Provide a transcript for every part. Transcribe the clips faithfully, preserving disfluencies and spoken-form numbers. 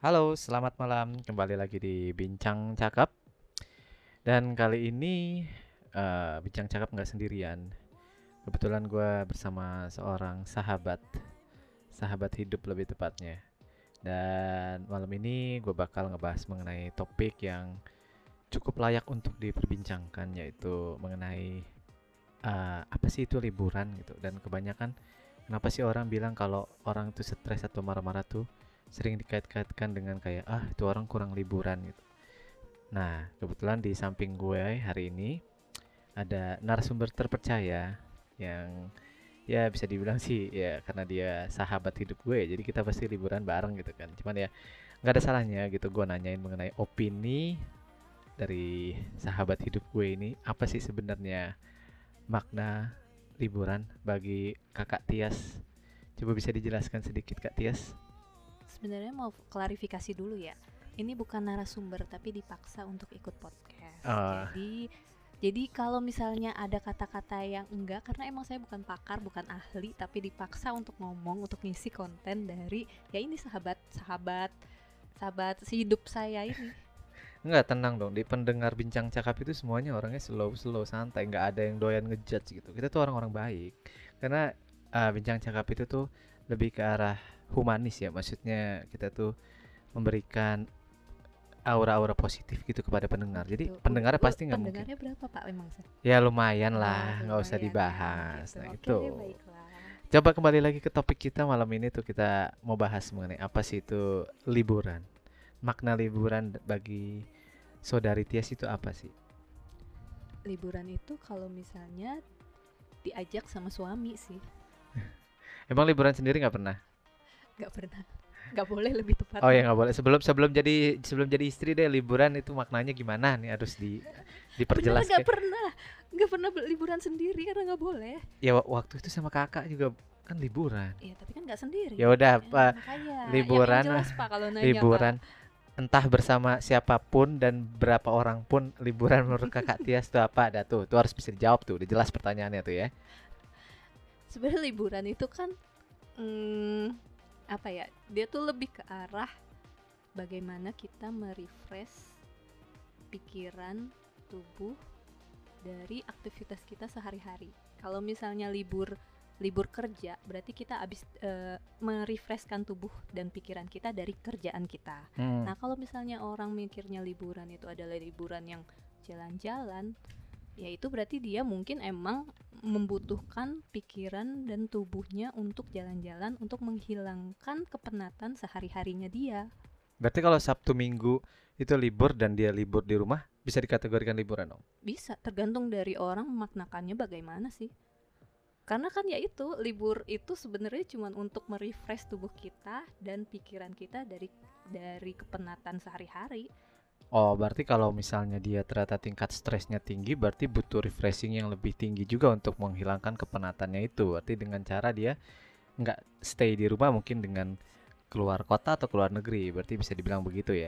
Halo, selamat malam. Kembali lagi di Bincang Cakap. Dan kali ini eh, Bincang Cakap nggak sendirian. Kebetulan gue bersama seorang sahabat, sahabat hidup lebih tepatnya. Dan malam ini gue bakal ngebahas mengenai topik yang cukup layak untuk diperbincangkan, yaitu mengenai eh, apa sih itu liburan gitu. Dan kebanyakan kenapa sih orang bilang kalau orang itu stres atau marah-marah tuh sering dikait-kaitkan dengan kayak ah itu orang kurang liburan gitu. Nah, kebetulan di samping gue hari ini ada narasumber terpercaya yang ya bisa dibilang sih ya karena dia sahabat hidup gue, jadi kita pasti liburan bareng gitu kan. Cuman ya nggak ada salahnya gitu gue nanyain mengenai opini dari sahabat hidup gue ini, apa sih sebenarnya makna liburan bagi Kakak Tias? Coba bisa dijelaskan sedikit Kak Tias? Sebenarnya mau klarifikasi dulu ya. Ini bukan narasumber tapi dipaksa untuk ikut podcast. Eh, Jadi jadi kalau misalnya ada kata-kata yang enggak, karena emang saya bukan pakar, bukan ahli, tapi dipaksa untuk ngomong, untuk ngisi konten dari ya ini sahabat sahabat sahabat hidup saya ini. Enggak, tenang dong. Di pendengar Bincang Cakap itu semuanya orangnya slow-slow, santai. Nggak ada yang doyan ngejudge gitu. Kita tuh orang-orang baik. Karena uh, Bincang Cakap itu tuh lebih ke arah humanis ya. Maksudnya kita tuh memberikan aura-aura positif gitu kepada pendengar. Jadi Gitu. U- pendengarnya u- pasti nggak mungkin. pendengarnya berapa Pak emang sih? Ya lumayan Oh, lah, nggak usah lumayan ya. Oh, dibahas. gitu. Nah Oke itu. deh, baiklah. Coba kembali lagi ke topik kita malam ini tuh kita mau bahas mengenai apa sih itu liburan. Makna liburan bagi saudari Tias itu apa sih? Liburan itu kalau misalnya diajak sama suami sih. Emang liburan sendiri nggak pernah? Nggak pernah, nggak boleh lebih Oh ya tepatnya. nggak boleh. Sebelum sebelum jadi sebelum jadi istri deh, liburan itu maknanya gimana nih, harus di Beneran diperjelas nggak kayak. pernah, nggak pernah liburan sendiri karena nggak boleh. Ya wa- waktu itu sama kakak juga kan liburan. Iya tapi kan nggak sendiri. Ya udah Ya, Pak, makanya yang yang liburan jelas Pak kalau nanya Pak. liburan entah bersama siapapun dan berapa orang pun, liburan menurut kakak Tias itu apa? Ada tuh, tuh harus bisa dijawab tuh, udah jelas pertanyaannya tuh ya. Sebenarnya liburan itu kan hmm, apa ya, dia tuh lebih ke arah bagaimana kita merefresh pikiran, tubuh dari aktivitas kita sehari-hari. Kalau misalnya libur libur kerja, berarti kita habis e, merefreshkan tubuh dan pikiran kita dari kerjaan kita. Hmm. Nah, kalau misalnya orang mikirnya liburan itu adalah liburan yang jalan-jalan, ya itu berarti dia mungkin emang membutuhkan pikiran dan tubuhnya untuk jalan-jalan untuk menghilangkan kepenatan sehari-harinya dia. Berarti kalau Sabtu Minggu itu libur dan dia libur di rumah, bisa dikategorikan liburan dong? Bisa tergantung dari orang memaknakannya bagaimana sih. Karena kan ya itu, libur itu sebenarnya cuma untuk merefresh tubuh kita dan pikiran kita dari dari kepenatan sehari-hari. Oh, berarti kalau misalnya dia ternyata tingkat stresnya tinggi, berarti butuh refreshing yang lebih tinggi juga untuk menghilangkan kepenatannya itu. Berarti dengan cara dia nggak stay di rumah, mungkin dengan keluar kota atau keluar negeri. Berarti bisa dibilang begitu ya.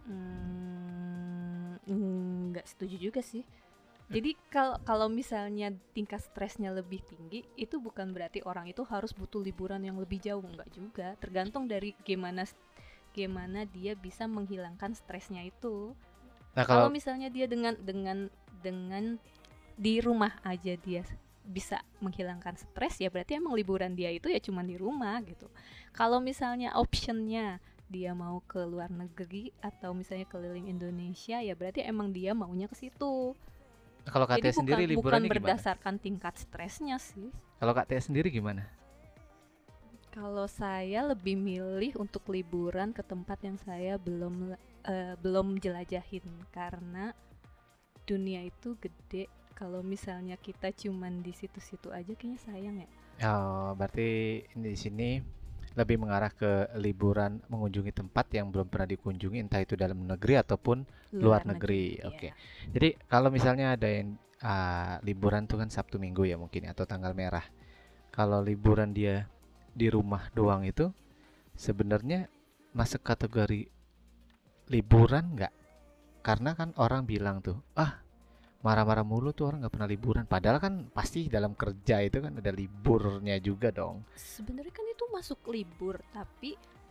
Hmm, nggak setuju juga sih. Jadi kalau kalau misalnya tingkat stresnya lebih tinggi, itu bukan berarti orang itu harus butuh liburan yang lebih jauh, enggak juga. Tergantung dari gimana gimana dia bisa menghilangkan stresnya itu. Nah, Kalau kalau misalnya dia dengan dengan dengan di rumah aja dia bisa menghilangkan stres, ya berarti emang liburan dia itu ya cuma di rumah gitu. Kalau misalnya optionnya dia mau ke luar negeri atau misalnya keliling Indonesia, ya berarti emang dia maunya ke situ. kalau Kak Jadi Tia sendiri bukan bukan liburannya gimana? berdasarkan tingkat stresnya sih. Kalau Kak Tia sendiri gimana? Kalau saya lebih milih untuk liburan ke tempat yang saya belum uh, belum jelajahin, karena dunia itu gede. Kalau misalnya kita cuman di situ-situ aja kayaknya sayang ya. Oh, berarti ini di sini lebih mengarah ke liburan mengunjungi tempat yang belum pernah dikunjungi, entah itu dalam negeri ataupun luar Luar negeri. negeri Oke. ya. Jadi kalau misalnya ada yang ah, liburan tuh kan Sabtu Minggu ya mungkin ya, atau tanggal merah. Kalau liburan dia di rumah doang itu sebenarnya masuk kategori liburan nggak? Karena kan orang bilang tuh, ah marah-marah mulu tuh orang nggak pernah liburan. Padahal kan pasti dalam kerja itu kan ada liburnya juga dong. Sebenarnya kan itu masuk libur, tapi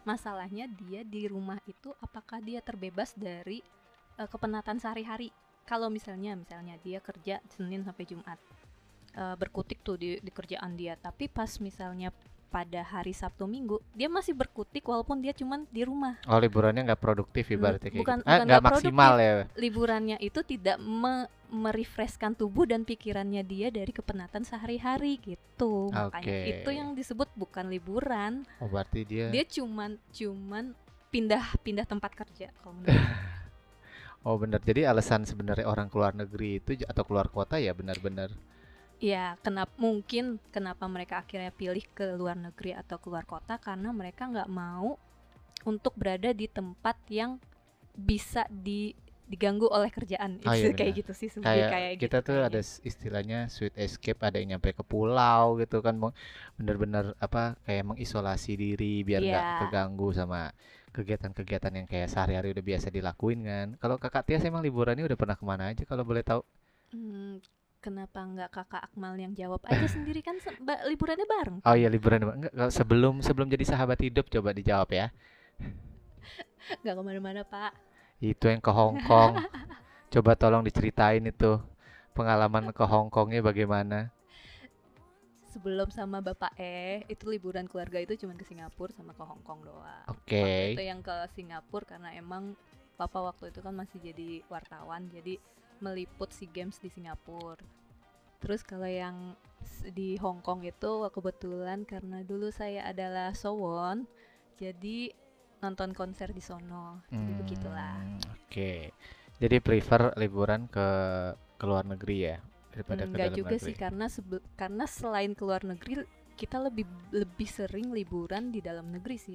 masalahnya dia di rumah itu apakah dia terbebas dari uh, kepenatan sehari-hari. Kalau misalnya misalnya dia kerja Senin sampai Jumat, uh, berkutik tuh di, di kerjaan dia, tapi pas misalnya pada hari Sabtu Minggu dia masih berkutik walaupun dia cuman di rumah. Oh, liburannya nggak produktif Hmm, ibaratnya kayak bukan gitu. Ah, bukan nggak nggak maksimal produktif. ya. Liburannya itu tidak me- merefreshkan tubuh dan pikirannya dia dari kepenatan sehari-hari gitu. Makanya Oke. itu yang disebut bukan liburan. Oh, berarti dia Dia cuman cuman pindah pindah tempat kerja kalau menurut aku. Oh, benar. Jadi alasan sebenarnya orang keluar negeri itu j- atau keluar kota ya benar-benar. Ya, kenapa mungkin kenapa mereka akhirnya pilih ke luar negeri atau keluar kota karena mereka nggak mau untuk berada di tempat yang bisa di diganggu oleh kerjaan. Oh Itu iya kayak benar. gitu sih lebih Kayak kayak kita gitu tuh ada kayaknya. s- istilahnya sweet escape, ada yang nyampe ke pulau gitu kan, mau bener-bener apa kayak mengisolasi diri biar nggak Iya. keganggu sama kegiatan-kegiatan yang kayak sehari-hari udah biasa dilakuin kan. Kalau Kakak Tias emang liburannya udah pernah kemana aja kalau boleh tahu? Hmm, kenapa nggak kakak Akmal yang jawab aja sendiri kan se- ba- liburannya bareng Oh kan? iya liburan enggak, kalau sebelum sebelum jadi sahabat hidup coba dijawab ya. Nggak kemana-mana pak. Itu yang ke Hong Kong. Coba tolong diceritain itu pengalaman ke Hong Kongnya bagaimana? Sebelum sama bapak eh itu liburan keluarga itu cuma ke Singapura sama ke Hong Kong doang. Oke. Waktu itu yang ke Singapura karena emang papa waktu itu kan masih jadi wartawan, jadi meliput SEA Games di Singapura. Terus kalau yang s- di Hong Kong itu kebetulan karena dulu saya adalah Sowon, jadi nonton konser di sono. Jadi begitulah. Hmm, oke. Jadi prefer liburan ke ke luar negeri ya daripada ke Enggak dalam juga negeri. sih karena sebe- karena selain ke luar negeri kita lebih lebih sering liburan di dalam negeri sih.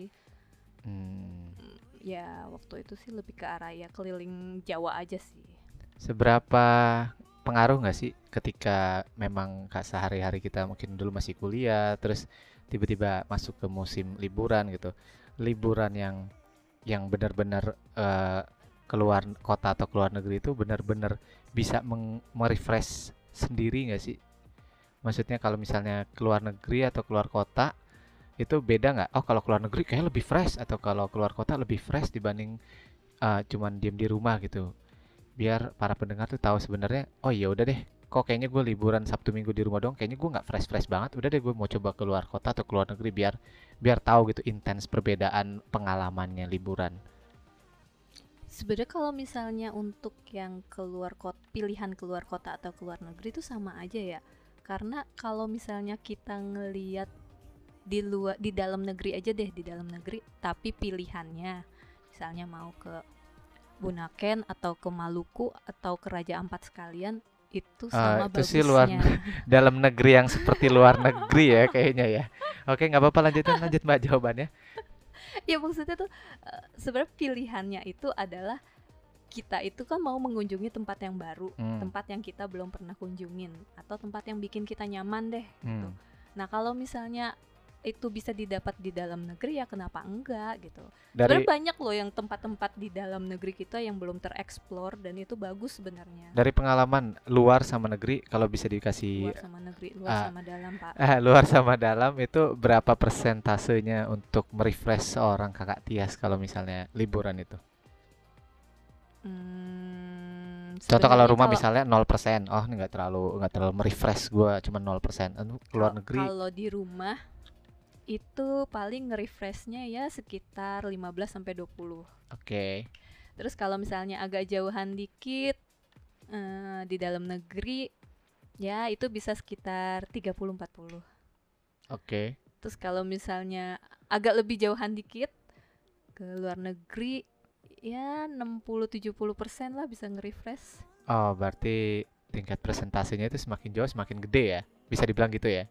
Hmm, Mm, Ya waktu itu sih lebih ke arah ya keliling Jawa aja sih. seberapa pengaruh nggak sih ketika memang kak sehari-hari kita mungkin dulu masih kuliah, terus tiba-tiba masuk ke musim liburan gitu, liburan yang yang benar-benar eh, keluar kota atau keluar negeri itu benar-benar bisa meng- merefresh sendiri nggak sih? Maksudnya kalau misalnya keluar negeri atau keluar kota itu beda nggak? Oh kalau keluar negeri kayak lebih fresh atau kalau keluar kota lebih fresh dibanding eh, cuman diem di rumah gitu. Biar para pendengar tuh tahu sebenarnya, oh iya udah deh, kok kayaknya gue liburan Sabtu Minggu di rumah dong, kayaknya gue nggak fresh fresh banget. Udah deh gue mau coba keluar kota atau keluar negeri biar biar tahu gitu intens perbedaan pengalamannya liburan. Sebenarnya kalau misalnya untuk yang keluar kota, pilihan keluar kota atau keluar negeri itu sama aja ya. Karena kalau misalnya kita ngeliat di luar di dalam negeri aja deh, di dalam negeri tapi pilihannya misalnya mau ke Bunaken atau ke Maluku atau ke Raja Ampat sekalian itu Ah, sama itu sih luar bagusnya. dalam negeri yang seperti luar negeri ya kayaknya ya. Oke, nggak apa-apa lanjutin lanjut Mbak jawabannya. Ya maksudnya tuh eh, sebenarnya pilihannya itu adalah kita itu kan mau mengunjungi tempat yang baru, Hmm, tempat yang kita belum pernah kunjungin atau tempat yang bikin kita nyaman deh gitu. hmm. Nah, kalau misalnya itu bisa didapat di dalam negeri ya kenapa enggak gitu. Dari Sebenarnya banyak loh yang tempat-tempat di dalam negeri kita yang belum tereksplor dan itu bagus sebenarnya. dari pengalaman luar sama negeri kalau bisa dikasih Luar sama negeri, luar ah, sama dalam, Pak. ah, luar sama dalam itu berapa persentasenya untuk merefresh seorang kakak Tias kalau misalnya liburan itu? Hmm, Contoh kalau sebenarnya rumah kalau misalnya nol persen. Oh, ini nggak terlalu nggak terlalu merefresh gue cuma nol persen. Anu, keluar kal- negeri. kalau di rumah itu paling nge-refreshnya ya sekitar lima belas sampai dua puluh. Oke. Terus kalau misalnya agak jauhan dikit eh, di dalam negeri ya itu bisa sekitar tiga puluh empat puluh. Oke. Terus kalau misalnya agak lebih jauhan dikit ke luar negeri ya enam puluh tujuh puluh persen lah bisa nge-refresh. Oh, berarti tingkat presentasenya itu semakin jauh semakin gede ya. Bisa dibilang gitu ya.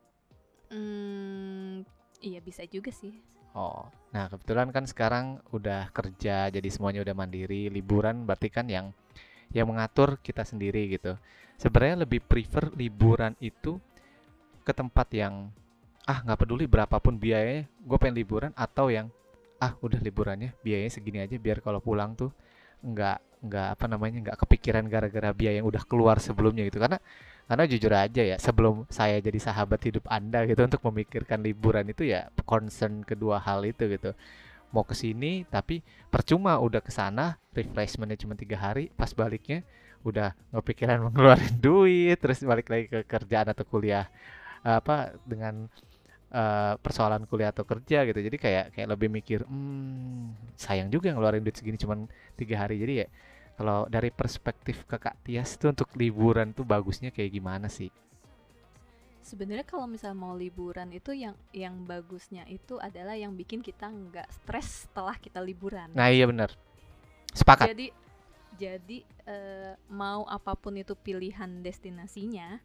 Hmm, iya bisa juga sih. Oh. Nah, kebetulan kan sekarang udah kerja jadi semuanya udah mandiri, liburan berarti kan yang yang mengatur kita sendiri gitu. Sebenarnya lebih prefer liburan itu ke tempat yang ah nggak peduli berapapun biayanya, gue pengen liburan atau yang ah udah liburannya biayanya segini aja biar kalau pulang tuh nggak nggak apa namanya nggak kepikiran gara-gara biaya yang udah keluar sebelumnya gitu karena Karena jujur aja ya, sebelum saya jadi sahabat hidup Anda gitu untuk memikirkan liburan itu ya concern kedua hal itu gitu. Mau ke sini tapi percuma udah ke sana refreshmentnya cuma tiga hari, pas baliknya udah ngepikiran mengeluarin duit, terus balik lagi ke kerjaan atau kuliah eh, apa dengan eh, persoalan kuliah atau kerja gitu. Jadi kayak kayak lebih mikir, hmm, sayang juga ngeluarin duit segini cuman tiga hari. Jadi ya kalau dari perspektif Kakak Tias tuh untuk liburan tuh bagusnya kayak gimana sih? Sebenarnya kalau misal mau liburan itu yang yang bagusnya itu adalah yang bikin kita nggak stres setelah kita liburan. Nah iya benar, sepakat. Jadi jadi eh, mau apapun itu pilihan destinasinya,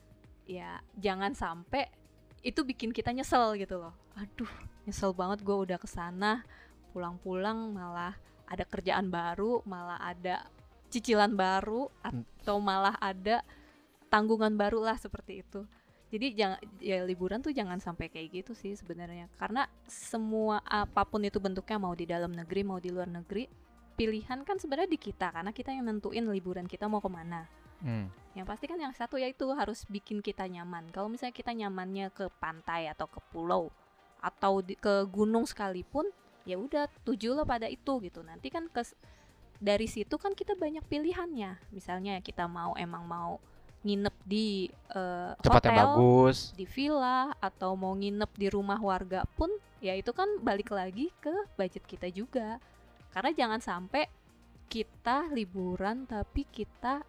ya jangan sampai itu bikin kita nyesel gitu loh. Aduh, nyesel banget gue udah kesana, pulang-pulang malah ada kerjaan baru, malah ada cicilan baru, atau malah ada tanggungan baru lah seperti itu. Jadi jangan, ya liburan tuh jangan sampai kayak gitu sih sebenarnya. Karena semua apapun itu bentuknya, mau di dalam negeri mau di luar negeri, pilihan kan sebenarnya di kita, karena kita yang nentuin liburan kita mau kemana. Hmm. Yang pasti kan yang satu yaitu harus bikin kita nyaman. Kalau misalnya kita nyamannya ke pantai atau ke pulau atau di, ke gunung sekalipun, ya udah tujulah pada itu gitu. Nanti kan ke, dari situ kan kita banyak pilihannya. Misalnya kita mau emang mau nginep di uh, Tempat yang hotel, bagus, di villa, atau mau nginep di rumah warga pun, ya itu kan balik lagi ke budget kita juga. Karena jangan sampai kita liburan tapi kita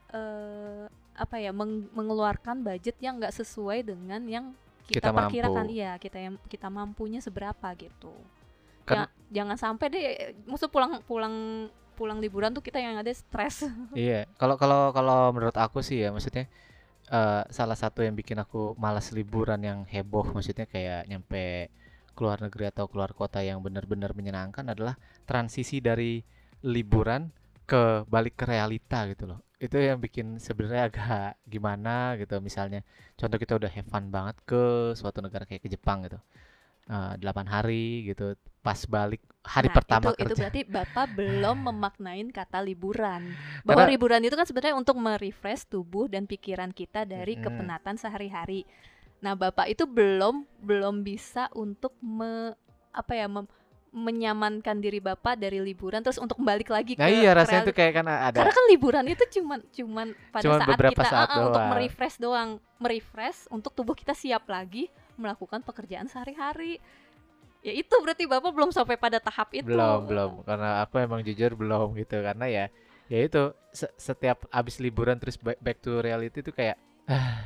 uh, apa ya meng- mengeluarkan budget yang nggak sesuai dengan yang kita, Kita perkirakan. mampu. Iya, kita yang kita mampunya seberapa gitu. Kan Ja- jangan sampai deh, maksud pulang pulang pulang liburan tuh kita yang ada stres. iya, kalau kalau kalau menurut aku sih ya, maksudnya eh, salah satu yang bikin aku malas liburan yang heboh, maksudnya kayak nyampe keluar negeri atau keluar kota yang benar-benar menyenangkan adalah transisi dari liburan ke balik ke realita gitu loh. Itu yang bikin sebenarnya agak gimana gitu. Misalnya contoh kita udah have fun banget ke suatu negara kayak ke Jepang gitu. Eh, delapan hari gitu. Pas balik hari Nah, pertama itu itu kerja. berarti Bapak belum memaknain kata liburan. Bahwa Karena liburan itu kan sebenarnya untuk merefresh tubuh dan pikiran kita dari mm, kepenatan sehari-hari. Nah, Bapak itu belum belum bisa untuk me, apa ya mem- menyamankan diri Bapak dari liburan terus untuk balik lagi nah ke iya ke rasanya reali- tuh kayak kan Karena ada kan liburan itu cuman cuman pada cuman saat beberapa kita saat uh, uh, untuk doang. merefresh doang, merefresh untuk tubuh kita siap lagi melakukan pekerjaan sehari-hari. Ya itu berarti Bapak belum sampai pada tahap itu. Belum, belum. Karena aku emang jujur belum gitu. Karena ya, ya itu se- setiap abis liburan terus back, back to reality itu kayak, ah,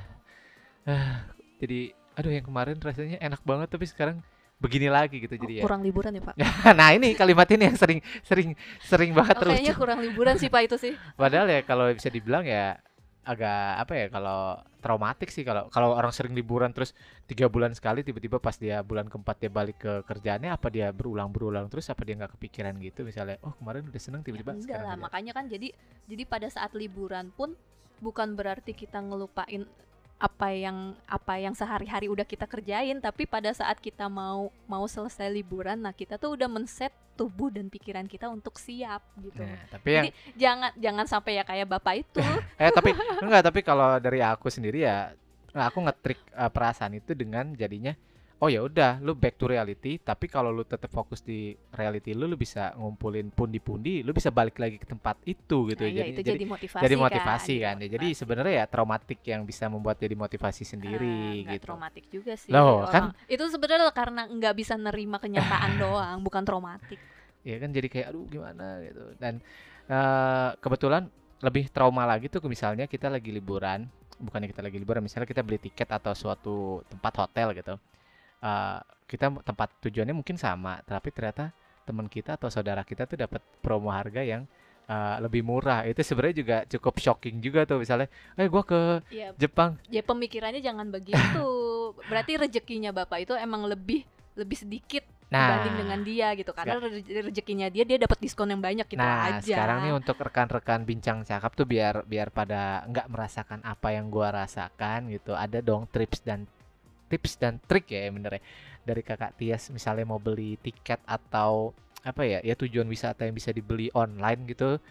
ah, jadi, aduh yang kemarin rasanya enak banget tapi sekarang begini lagi gitu Oh, jadi ya. kurang liburan ya Pak. Nah ini kalimat ini yang sering, sering, sering banget Oh, kayaknya terlucu. kurang liburan sih Pak itu sih. Padahal ya kalau bisa dibilang ya agak apa ya kalau traumatik sih kalau kalau orang sering liburan terus tiga bulan sekali tiba-tiba pas dia bulan keempat dia balik ke kerjaannya apa dia berulang-berulang terus apa dia nggak kepikiran gitu misalnya oh kemarin udah seneng Ya tiba-tiba enggak sekarang lah, aja. makanya kan jadi jadi pada saat liburan pun bukan berarti kita ngelupain apa yang apa yang sehari-hari udah kita kerjain, tapi pada saat kita mau mau selesai liburan, nah kita tuh udah men-set tubuh dan pikiran kita untuk siap gitu. Nah, tapi yang Jadi jangan jangan sampai ya kayak Bapak itu. eh tapi enggak tapi kalau dari aku sendiri ya nah, aku nge-trick eh, perasaan itu dengan jadinya oh ya udah lu back to reality tapi kalau lu tetap fokus di reality lu lu bisa ngumpulin pundi-pundi lu bisa balik lagi ke tempat itu gitu Nah, ya iya jadi itu jadi jadi motivasi jadi kan, motivasi jadi kan ya jadi motivasi. sebenarnya ya traumatik yang bisa membuat jadi motivasi Eh, sendiri nggak gitu traumatik juga sih loh kan orang. Itu sebenarnya karena nggak bisa nerima kenyataan doang, bukan traumatik. ya kan jadi kayak aduh gimana gitu dan eh, kebetulan lebih trauma lagi tuh misalnya kita lagi liburan bukannya kita lagi liburan misalnya kita beli tiket atau suatu tempat hotel gitu. Uh, kita tempat tujuannya mungkin sama, tapi ternyata teman kita atau saudara kita tuh dapat promo harga yang uh, lebih murah. Itu sebenarnya juga cukup shocking juga tuh misalnya, eh gua ke Ya, Jepang. ya pemikirannya jangan begitu. Berarti rezekinya Bapak itu emang lebih lebih sedikit Nah, dibanding dengan dia gitu. Karena re- rezekinya dia dia dapat diskon yang banyak gitu nah aja. sekarang nih untuk rekan-rekan bincang cakap tuh biar biar pada nggak merasakan apa yang gua rasakan gitu. Ada dong tips dan tips dan trik ya bener ya dari Kakak Tias misalnya mau beli tiket atau apa ya ya tujuan wisata yang bisa dibeli online gitu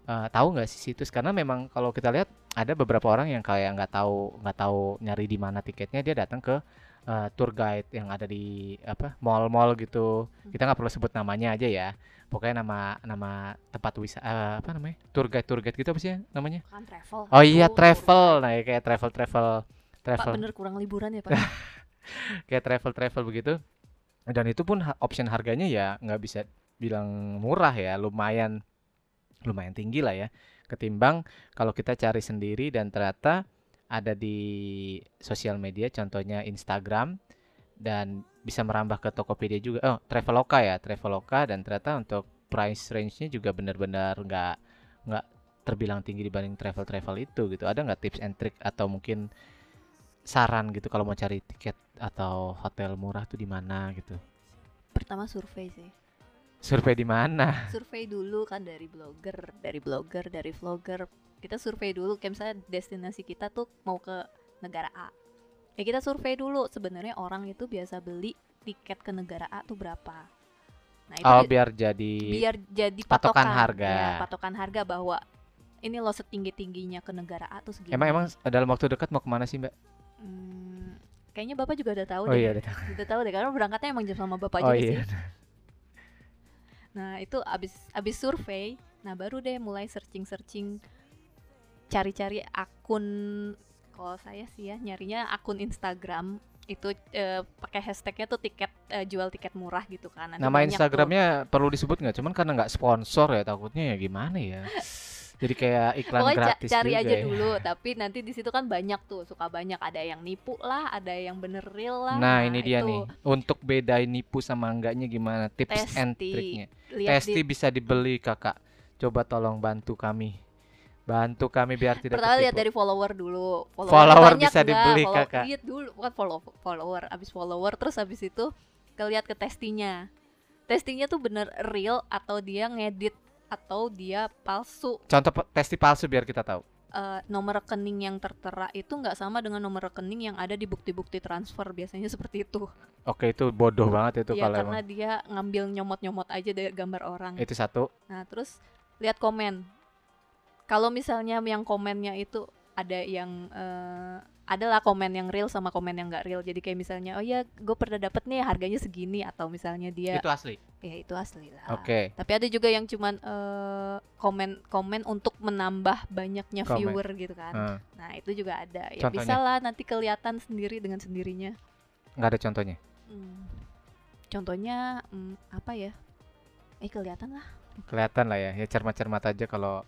eh, tahu nggak sih situs, karena memang kalau kita lihat ada beberapa orang yang kayak nggak tahu nggak tahu nyari di mana tiketnya, dia datang ke eh, tour guide yang ada di apa mall-mall gitu. Hmm. Kita nggak perlu sebut namanya aja ya, pokoknya nama nama tempat wisata, apa namanya, tour guide tour guide gitu apa sih ya namanya. Kan travel Oh iya, tuh, travel. tour guide. Nah, ya kayak travel travel Pak travel bener kurang liburan ya Pak. kayak travel travel begitu. Dan itu pun ha- option harganya ya nggak bisa bilang murah ya, lumayan lumayan tinggi lah ya, ketimbang kalau kita cari sendiri dan ternyata ada di sosial media, contohnya Instagram, dan bisa merambah ke Tokopedia juga. Oh, Traveloka ya, Traveloka, dan ternyata untuk price range-nya juga benar-benar nggak nggak terbilang tinggi dibanding travel-travel itu gitu. Ada nggak tips and trick atau mungkin saran gitu kalau mau cari tiket atau hotel murah tuh di mana gitu? Pertama survei sih. Survei di mana? Survei dulu kan dari blogger, dari blogger, dari vlogger. Kita survei dulu kayak misalnya destinasi kita tuh mau ke negara A. Ya kita survei dulu sebenarnya orang itu biasa beli tiket ke negara A tuh berapa. Nah, itu Oh, di- biar jadi biar jadi patokan patokan, harga. ya, patokan harga bahwa ini lo setinggi-tingginya ke negara A tuh segini. Emang emang dalam waktu dekat mau kemana sih, Mbak? Hmm, kayaknya Bapak juga udah tahu Oh deh. iya, udah tahu. Udah tahu deh karena berangkatnya emang jam sama Bapak Oh juga iya. sih. Nah, itu abis abis survei, nah baru deh mulai searching-searching, cari-cari akun. Kalau saya sih ya nyarinya akun Instagram itu eh, pakai hashtagnya tuh tiket eh, jual tiket murah gitu kan. Nanti Nama banyak tuh. Instagramnya perlu disebut nggak? Cuman karena nggak sponsor ya, takutnya ya gimana ya. Jadi kayak iklan Pokoknya ca- gratis cari juga aja ya. dulu, tapi nanti di situ kan banyak tuh, suka banyak ada yang nipu lah, ada yang bener real lah. Nah, ini dia itu nih. Untuk bedain nipu sama enggaknya gimana? Tips and Testi, triknya. lihat Testi di bisa dibeli, Kakak. Coba tolong bantu kami. Bantu kami biar tidak pertama lihat ketipu. dari follower dulu. Follower banyak bisa nggak? dibeli, Follow- Kakak. Lihat dulu, bukan follow follower, abis follower terus abis itu kelihat ke testinya. Testinya tuh bener real atau dia ngedit atau dia palsu. Contoh pe- testi palsu biar kita tahu. Eh, nomor rekening yang tertera itu nggak sama dengan nomor rekening yang ada di bukti-bukti transfer, biasanya seperti itu. Oke, itu bodoh banget itu Ya kalau karena emang. dia ngambil nyomot-nyomot aja dari gambar orang. Itu satu. Nah terus lihat komen. Kalau misalnya yang komennya itu ada yang eh, adalah komen yang real sama komen yang nggak real. Jadi kayak misalnya, oh ya gue pernah dapet nih harganya segini, atau misalnya dia Itu asli. ya itu asli lah. Oke. Tapi ada juga yang cuman eh, komen-komen untuk menambah banyaknya Komen. viewer gitu kan. Heeh. Nah itu juga ada. Ya Contohnya? bisa lah nanti kelihatan sendiri dengan sendirinya. Nggak ada contohnya. Hmm. Contohnya hmm, apa ya? Eh kelihatan lah. Kelihatan lah ya, ya cermat-cermat aja kalau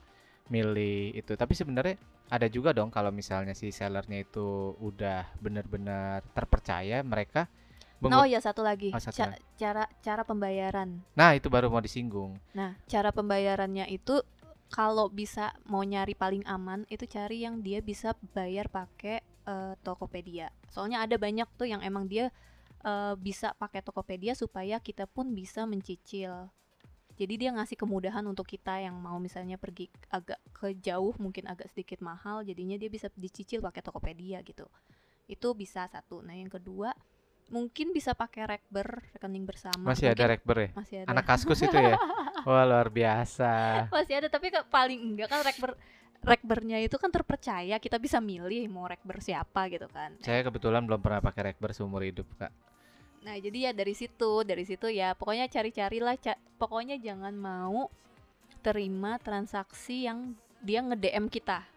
milih itu. Tapi sebenarnya ada juga dong kalau misalnya si sellernya itu udah benar-benar terpercaya, mereka Nah, oh mengut- ya satu lagi, Oh, satu Ca- lagi. cara cara pembayaran. Nah, itu baru mau disinggung. Nah, cara pembayarannya itu kalau bisa mau nyari paling aman itu cari yang dia bisa bayar pakai eh, Tokopedia. Soalnya ada banyak tuh yang emang dia eh, bisa pakai Tokopedia supaya kita pun bisa mencicil. Jadi dia ngasih kemudahan untuk kita yang mau misalnya pergi agak ke jauh, mungkin agak sedikit mahal, jadinya dia bisa dicicil pakai Tokopedia gitu. Itu bisa satu. Nah, yang kedua mungkin bisa pakai Rekber, rekening bersama. Masih ada Mungkin Rekber ya? masih ada. Anak Kaskus itu ya? Wah, luar biasa. Masih ada, tapi ke- paling enggak kan rekber rekbernya itu kan terpercaya, kita bisa milih mau rekber siapa gitu kan. Saya kebetulan belum pernah pakai Rekber seumur hidup, Kak. Nah jadi ya dari situ dari situ ya pokoknya cari-carilah ca- pokoknya jangan mau terima transaksi yang dia nge-D M kita.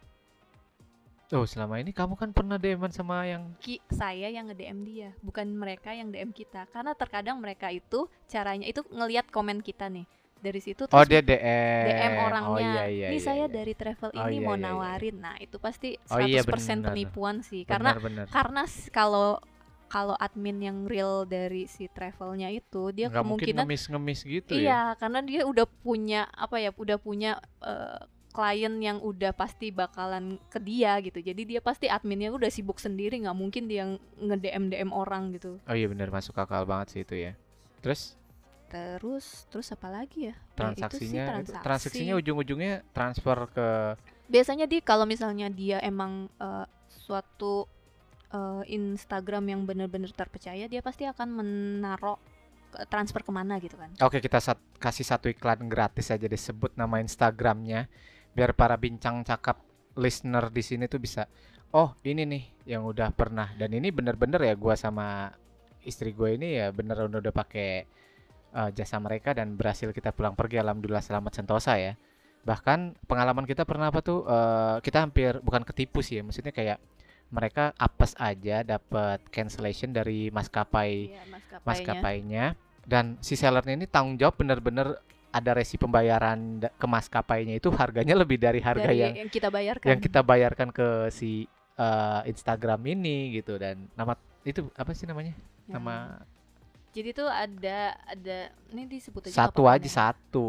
Oh, selama ini kamu kan pernah D M-an sama yang Ki, saya yang nge-D M dia, bukan mereka yang D M kita. Karena terkadang mereka itu caranya itu ngelihat komen kita nih. Dari situ Oh, terus dia D M. D M Oh orangnya. iya iya. Nih iya, saya iya. dari travel Oh, ini iya, mau iya, iya. nawarin. Nah, itu pasti Oh, iya, seratus persen benar. penipuan sih. Karena Benar-benar. karena s- kalau kalau admin yang real dari si travelnya itu dia Nggak mungkin kemungkinan ngemis-ngemis gitu ya. iya karena dia udah punya apa ya udah punya eh, klien yang udah pasti bakalan ke dia gitu, jadi dia pasti adminnya udah sibuk sendiri, nggak mungkin dia nge D M D M orang gitu. Oh iya benar, masuk akal banget sih itu ya. Terus Terus terus apa lagi ya? Ya, itu sih transaksinya itu- transaksi. transaksinya ujung-ujungnya transfer ke Biasanya dia kalau misalnya dia emang eh, suatu eh, Instagram yang benar-benar terpercaya, dia pasti akan menaruh ke- transfer kemana gitu kan. Oke, kita sat- kasih satu iklan gratis aja, disebut nama Instagramnya biar para bincang cakap listener di sini tuh bisa, oh ini nih yang udah pernah, dan ini bener-bener ya gua sama istri gue ini ya bener udah udah pakai uh, jasa mereka dan berhasil kita pulang pergi, alhamdulillah selamat sentosa ya. Bahkan pengalaman kita pernah apa tuh, uh, kita hampir bukan ketipu sih ya, maksudnya kayak mereka apes aja dapat cancellation dari maskapai Iya, maskapainya. maskapainya, dan si sellernya ini tanggung jawab bener-bener ada resi pembayaran da- ke maskapainya itu harganya lebih dari harga Dari yang yang kita bayarkan. yang kita bayarkan ke si uh, Instagram ini gitu. Dan nama itu apa sih namanya? Nah, Nama jadi tuh ada ada ini disebut aja satu nggak aja apa-apa nih. satu.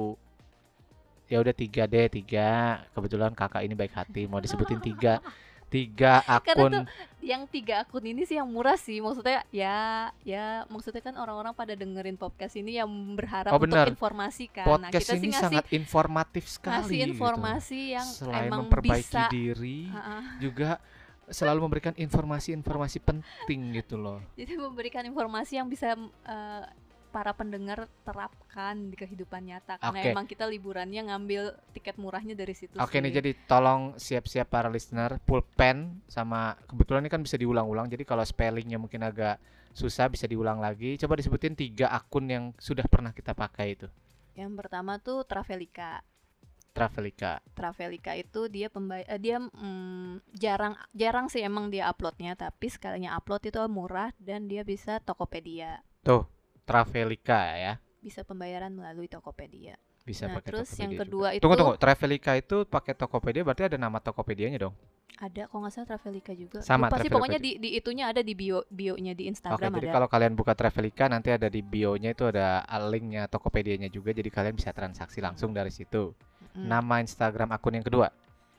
Ya udah tiga deh tiga. Kebetulan kakak ini baik hati mau disebutin tiga. Tiga Karena akun. tuh yang tiga akun ini sih yang murah sih, maksudnya ya ya maksudnya kan orang-orang pada dengerin podcast ini yang berharap Oh, untuk benar. informasi kan. Nah, Podcast kita sih ini ngasih sangat informatif sekali ngasih gitu. informasi yang Selain emang memperbaiki bisa diri, uh-uh. juga selalu memberikan informasi-informasi penting gitu loh. Jadi memberikan informasi yang bisa uh, para pendengar terapkan di kehidupan nyata, karena Oke. emang kita liburannya ngambil tiket murahnya dari situ Oke sih. nih, jadi tolong siap-siap para listener, pulpen sama kebetulan ini kan bisa diulang-ulang. Jadi kalau spellingnya mungkin agak susah bisa diulang lagi. Coba disebutin tiga akun yang sudah pernah kita pakai itu. Yang pertama tuh Travelika. Travelika. Travelika itu dia pembay eh, dia mm, jarang jarang sih emang dia uploadnya, tapi sekalinya upload itu murah dan dia bisa Tokopedia. Tuh, Travelika ya. Bisa pembayaran melalui Tokopedia. Bisa Nah, pakai terus Tokopedia yang juga. kedua itu Tunggu tunggu, Travelika itu pakai Tokopedia berarti ada nama Tokopedianya dong. ada, kalau nggak salah Travelika juga. Sama, Lupa sih, Travelika pokoknya di, di itunya ada di bio bionya di Oke, Instagram jadi ada. kalau kalian buka Travelika nanti ada di bio-nya itu ada linknya Tokopedianya juga, jadi kalian bisa transaksi langsung dari situ. Mm. Nama Instagram akun yang kedua.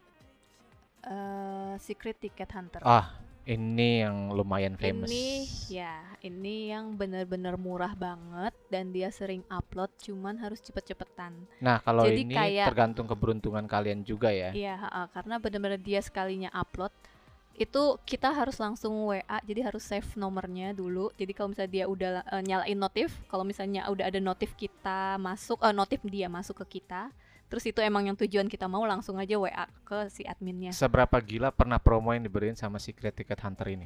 Uh, Secret Ticket Hunter. Ah, ini yang lumayan famous. Ini ya, ini yang benar-benar murah banget dan dia sering upload, cuman harus cepet-cepetan. Nah, kalau Jadi ini kayak- tergantung keberuntungan kalian juga ya. Iya, ha-ha, karena benar-benar dia sekalinya upload itu kita harus langsung W A, jadi harus save nomornya dulu. Jadi kalau misalnya dia udah uh, nyalain notif, kalau misalnya udah ada notif kita masuk, uh, notif dia masuk ke kita, terus itu emang yang tujuan kita mau, langsung aja W A ke si adminnya. Seberapa gila pernah promo yang diberiin sama Secret Ticket Hunter ini?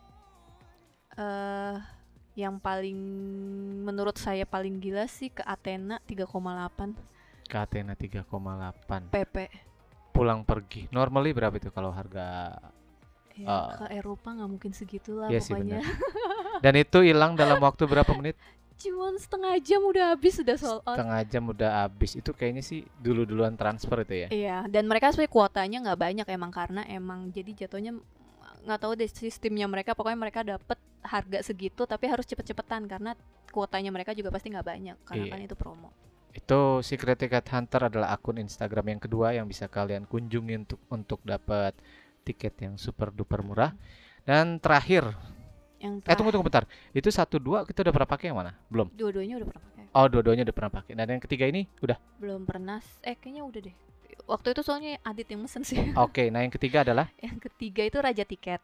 Uh, yang paling menurut saya paling gila sih ke Athena tiga koma delapan Ke Athena tiga koma delapan. P P. Pulang pergi. Normally berapa itu kalau harga? Ya, Uh, ke Eropa nggak mungkin segitulah Iya sih, pokoknya. Dan itu hilang dalam waktu berapa menit? Cuman setengah jam udah habis, udah sold out. Setengah jam udah habis. Itu kayaknya sih dulu-duluan transfer itu ya. Iya, dan mereka sebenarnya kuotanya nggak banyak emang, karena emang jadi jatuhnya nggak tahu deh sistemnya mereka, pokoknya mereka dapat harga segitu tapi harus cepet-cepetan karena kuotanya mereka juga pasti nggak banyak karena Iya. kan itu promo. Itu Secret Ticket Hunter adalah akun Instagram yang kedua yang bisa kalian kunjungi untuk untuk dapat tiket yang super duper murah. Dan terakhir, Yang eh tunggu tunggu bentar. Itu satu dua kita udah pernah pakai yang mana? Belum. dua-duanya udah pernah pakai. Oh, dua-duanya udah pernah pakai. Dan yang ketiga ini udah. Belum pernah, eh kayaknya udah deh. Waktu itu soalnya Adit yang mesen sih. Oke, nah yang ketiga adalah Yang ketiga itu Raja Tiket.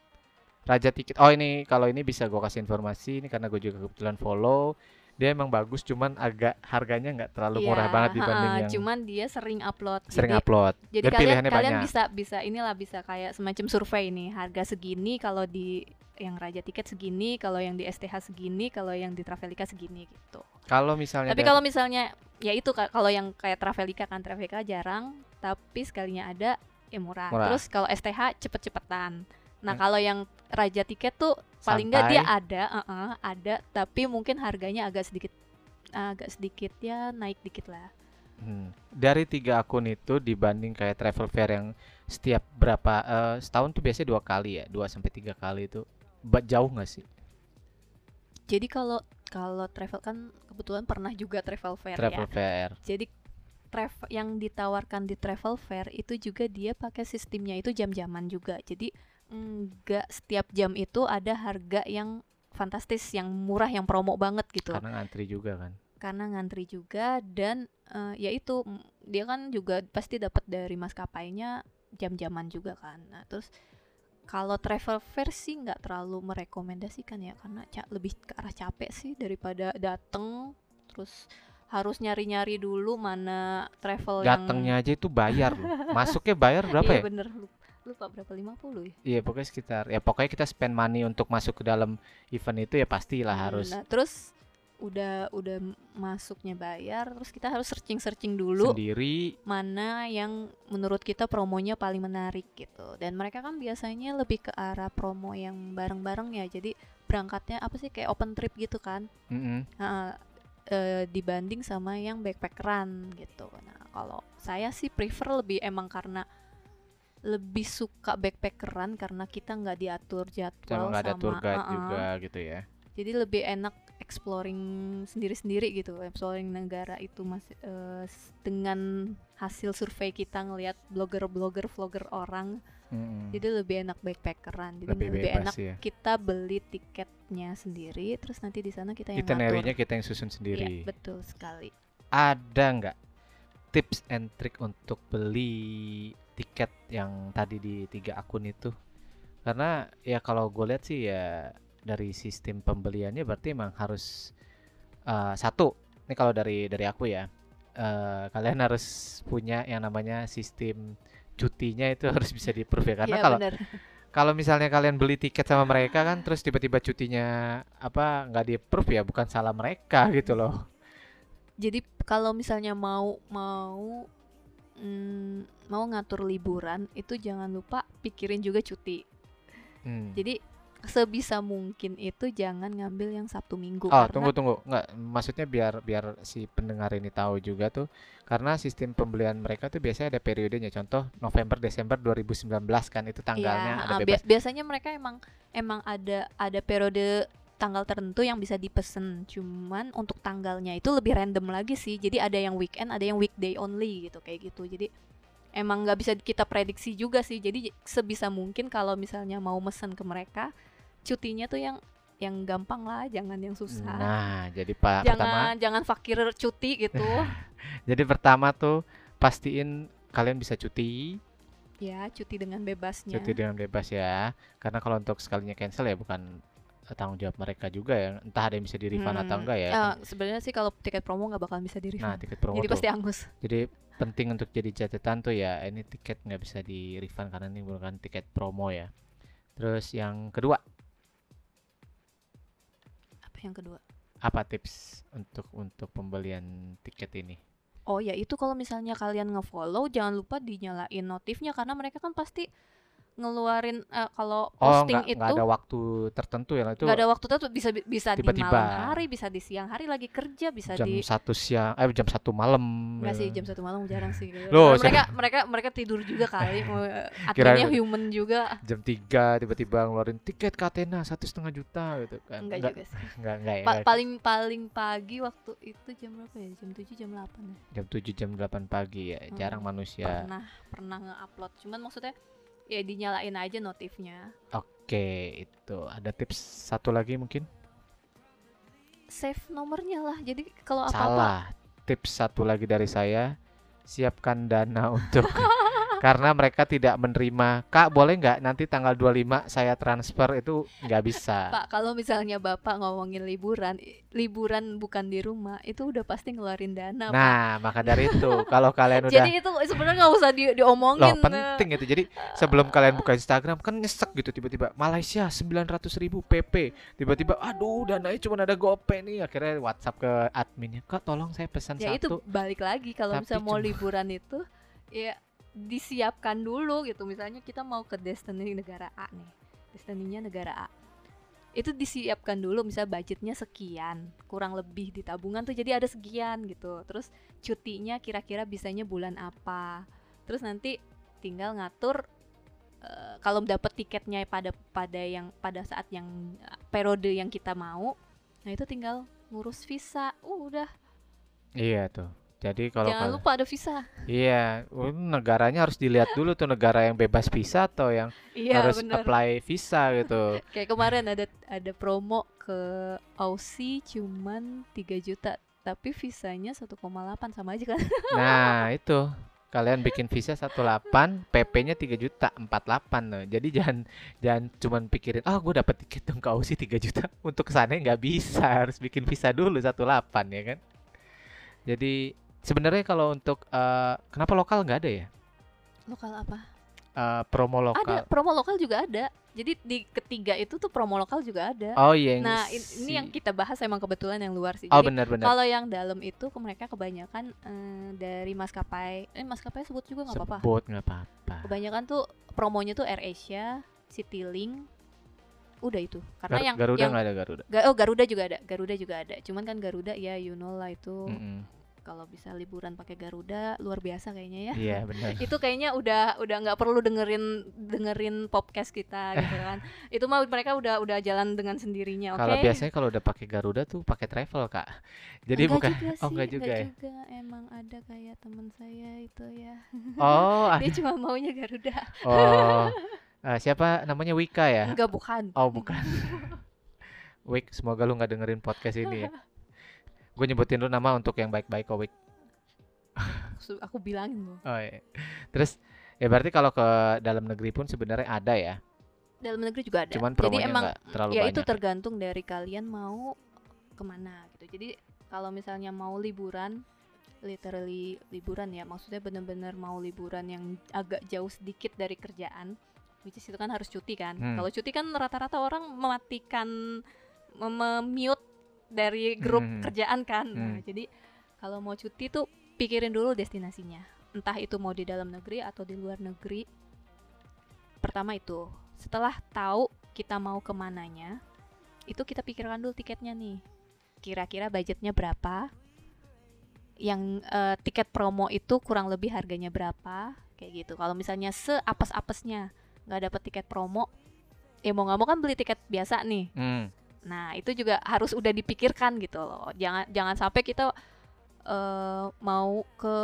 Raja Tiket. Oh, ini kalau ini bisa gue kasih informasi ini karena gue juga kebetulan follow. Dia emang bagus, cuman agak harganya nggak terlalu murah Iya, banget dibanding ha-ha, yang cuman dia sering upload. sering jadi, upload. Jadi Dan kalian pilihannya kalian banyak. bisa bisa inilah bisa kayak semacam survei nih, harga segini kalau di yang Raja Tiket segini, kalau yang di S T H segini, kalau yang di Travelika segini gitu. Kalau misalnya Tapi ada- kalau misalnya ya itu ka- kalau yang kayak Travelika kan Travelika jarang, tapi sekalinya ada ya murah. Murah. Terus kalau S T H cepet-cepetan. Nah, Hmm. kalau yang Raja Tiket tuh paling nggak dia Santai. ada, uh-uh, ada, tapi mungkin harganya agak sedikit agak sedikit ya naik dikit lah. Hmm. Dari tiga akun itu dibanding kayak travel fair yang setiap berapa eh, setahun tuh biasanya dua kali ya, dua sampai tiga kali itu, ba- jauh nggak sih Jadi kalau kalau travel kan kebetulan pernah juga travel fair travel ya. fair? Jadi travel yang ditawarkan di travel fair itu juga dia pakai sistemnya itu jam-jaman juga. Jadi enggak setiap jam itu ada harga yang fantastis, yang murah, yang promo banget gitu. Karena ngantri juga kan. Karena ngantri juga dan eh, ya itu m- dia kan juga pasti dapat dari maskapainya jam-jaman juga kan. Nah, terus kalau travel fair sih nggak terlalu merekomendasikan ya, karena ca- lebih ke arah capek sih daripada dateng terus harus nyari-nyari dulu mana travel yang Datangnya aja itu bayar loh. Masuknya bayar berapa iya ya? bener, lupa, lupa berapa, lima puluh ya. Iya pokoknya sekitar ya pokoknya kita spend money untuk masuk ke dalam event itu ya pastilah Hmm, harus nah terus udah udah m- masuknya bayar, terus kita harus searching-searching dulu sendiri. mana yang menurut kita promonya paling menarik gitu. Dan mereka kan biasanya lebih ke arah promo yang bareng-bareng ya. Jadi berangkatnya apa sih, kayak open trip gitu kan. Mm-mm. Nah, eh, dibanding sama yang backpackeran gitu. Nah, kalau saya sih prefer lebih emang karena lebih suka backpackeran karena kita nggak diatur Sama jadwal nggak ada tour sama guide uh-uh. juga gitu ya. Jadi lebih enak exploring sendiri-sendiri gitu, exploring negara itu masih eh, s- dengan hasil survei kita ngelihat blogger-blogger, vlogger orang. Mm-mm. Jadi lebih enak backpackeran. Jadi Lebih lebih, bebas enak ya. kita beli tiketnya sendiri, terus nanti di sana kita yang Itinerary-nya ngatur. kita yang susun Iya, sendiri. betul sekali. Ada nggak tips and trick untuk beli tiket yang tadi di tiga akun itu? Karena ya kalau gue lihat sih ya dari sistem pembeliannya berarti emang harus eh, satu. Ini kalau dari dari aku ya, eh, kalian harus punya yang namanya sistem cutinya itu harus bisa di-approve ya. Karena Iya kalau benar. kalau misalnya kalian beli tiket sama mereka kan terus tiba-tiba cutinya apa nggak di-approve ya bukan salah mereka gitu loh. Jadi kalau misalnya mau mau mm, mau ngatur liburan itu jangan lupa pikirin juga cuti. Hmm. Jadi sebisa mungkin itu jangan ngambil yang Sabtu Minggu Oh, karena tunggu tunggu. Nggak, maksudnya biar biar si pendengar ini tahu juga tuh karena sistem pembelian mereka tuh biasanya ada periodenya. Contoh November Desember dua ribu sembilan belas kan itu tanggalnya ya ada uh, bebas. bia- biasanya mereka emang emang ada ada periode tanggal tertentu yang bisa dipesen. Cuman untuk tanggalnya itu lebih random lagi sih. Jadi ada yang weekend, ada yang weekday only gitu kayak gitu. Jadi emang nggak bisa kita prediksi juga sih. Jadi sebisa mungkin kalau misalnya mau mesen ke mereka, cutinya tuh yang yang gampang lah, jangan yang susah. Nah, jadi Pak pertama, Jangan jangan fakir cuti gitu. jadi pertama tuh pastiin kalian bisa cuti, Ya, cuti dengan bebasnya. cuti dengan bebas ya. Karena kalau untuk sekalinya cancel ya bukan eh, tanggung jawab mereka juga ya. Entah ada yang bisa di refund atau Hmm, enggak ya. eh, Kan. sebenarnya sih kalau tiket promo nggak bakal bisa di Nah, refund. tiket promo Jadi tuh. pasti angus. Jadi penting untuk jadi catatan tuh ya, ini tiket nggak bisa di refund karena ini bukan tiket promo ya. Terus yang kedua, Apa yang kedua? apa tips untuk untuk pembelian tiket ini? Oh ya, itu kalau misalnya kalian ngefollow jangan lupa dinyalain notifnya karena mereka kan pasti ngeluarin eh, kalau Oh, posting nggak itu nggak ada waktu tertentu ya itu nggak ada waktu tertentu, bisa bisa di tiba-tiba malam hari, bisa di siang hari lagi kerja, bisa jam di satu siang, eh jam satu malam. nggak sih ya. jam satu malam jarang sih. Loh, Karena mereka mereka mereka tidur juga kali. eh, Kirain- Adminnya human juga. Jam tiga tiba-tiba ngeluarin tiket Katena satu setengah juta gitu kan. Enggak Nggak, juga sih. nggak, nggak ya. Pa- paling paling pagi waktu itu jam berapa ya? Jam tujuh jam delapan ya. Jam tujuh jam delapan pagi ya. Hmm, Jarang manusia. Pernah pernah nge-upload. Cuman maksudnya ya dinyalain aja notifnya. Oke, itu ada tips satu lagi mungkin? Save nomornya lah. Jadi kalau apa-apa Salah. Tips satu lagi dari saya, siapkan dana untuk karena mereka tidak menerima. Kak, boleh nggak nanti tanggal dua puluh lima saya transfer itu nggak bisa. Pak, kalau misalnya Bapak ngomongin liburan, i- liburan bukan di rumah, itu udah pasti ngeluarin dana, Pak. Nah, maka dari itu kalau kalian udah Jadi itu sebenarnya nggak usah di, loh diomongin. penting itu. Jadi sebelum kalian buka Instagram kan nyesek gitu tiba-tiba Malaysia sembilan ratus ribu P P. Tiba-tiba aduh dananya cuma ada GoPay nih. Akhirnya WhatsApp ke adminnya, "Kak, tolong saya pesan Ya itu satu." balik lagi kalau Tapi misalnya mau cuma- liburan itu ya disiapkan dulu gitu. Misalnya kita mau ke destinasi negara A nih, destinasinya negara A, itu disiapkan dulu. Misalnya budgetnya sekian, kurang lebih di tabungan tuh jadi ada sekian gitu. Terus cutinya kira-kira bisanya bulan apa, terus nanti tinggal ngatur eh, kalau dapat tiketnya pada pada yang pada saat yang eh, periode yang kita mau. Nah itu tinggal ngurus visa. Uh, udah, Iya tuh. Jadi kalau jangan kal- lupa ada visa. iya, uh, negaranya harus dilihat dulu tuh negara yang bebas visa atau yang Iya harus bener. apply visa gitu. Kayak kemarin ada ada promo ke Aussie cuman tiga juta, tapi visanya satu koma delapan, sama aja kan. Nah, itu. Kalian bikin visa satu koma delapan, P P-nya tiga juta empat puluh delapan loh. Jadi jangan jangan cuman pikirin, "Ah, gue dapet tiket dong ke Aussie tiga juta." Untuk kesana nggak bisa, harus bikin visa dulu satu koma delapan ya kan. Jadi sebenarnya kalau untuk eh, kenapa lokal nggak ada ya? Lokal apa? Eh, promo Ada, lokal. promo lokal juga ada. Jadi di ketiga itu tuh promo lokal juga ada. Oh iya, yang Nah, in- ini si- yang kita bahas emang kebetulan yang luar sih. Oh Jadi benar-benar. kalau yang dalam itu ke mereka kebanyakan eh, dari maskapai. Eh maskapai sebut juga nggak apa-apa. Sebut nggak apa-apa. Kebanyakan tuh promonya tuh AirAsia, Citylink, udah itu. Karena Gar- yang Garuda yang nggak ada Garuda. Ga- oh Garuda juga ada, Garuda juga ada. Cuman kan Garuda ya you know lah itu Mm-mm. kalau bisa liburan pakai Garuda luar biasa kayaknya ya. Iya benar. Itu kayaknya udah udah nggak perlu dengerin dengerin podcast kita gitu kan. Itu mah mereka udah udah jalan dengan sendirinya. Oke. Kalau biasanya kalau udah pakai Garuda tuh pakai travel kak. Jadi Enggak bukan. juga Oh sih, enggak juga ya. juga. Emang ada kayak teman saya itu ya. Oh Dia ada. cuma maunya Garuda. Oh eh, siapa namanya Wika ya? Enggak, bukan. Oh bukan. Wik, semoga lu nggak dengerin podcast ini ya. Gue nyebutin lu nama untuk yang baik-baik kok Wik. Su- Aku bilangin loh. Oh iya. Terus ya berarti kalau ke dalam negeri pun sebenarnya ada ya. Dalam negeri juga ada. Cuman Jadi promonya emang nggak terlalu ya banyak. itu tergantung dari kalian mau kemana gitu. Jadi kalau misalnya mau liburan, literally liburan ya, maksudnya benar-benar mau liburan yang agak jauh sedikit dari kerjaan, which is itu kan harus cuti kan. Hmm. Kalau cuti kan rata-rata orang mematikan mem- mute dari grup Hmm. kerjaan kan. Nah, Hmm. jadi kalau mau cuti tuh pikirin dulu destinasinya. Entah itu mau di dalam negeri atau di luar negeri. Pertama itu, setelah tahu kita mau kemananya, itu kita pikirkan dulu tiketnya nih. Kira-kira budgetnya berapa? Yang eh, tiket promo itu kurang lebih harganya berapa? Kayak gitu. Kalau misalnya seapes-apesnya nggak dapet tiket promo, ya mau nggak mau kan beli tiket biasa nih. Hmm. Nah itu juga harus udah dipikirkan gitu loh. Jangan jangan sampai kita eh, mau ke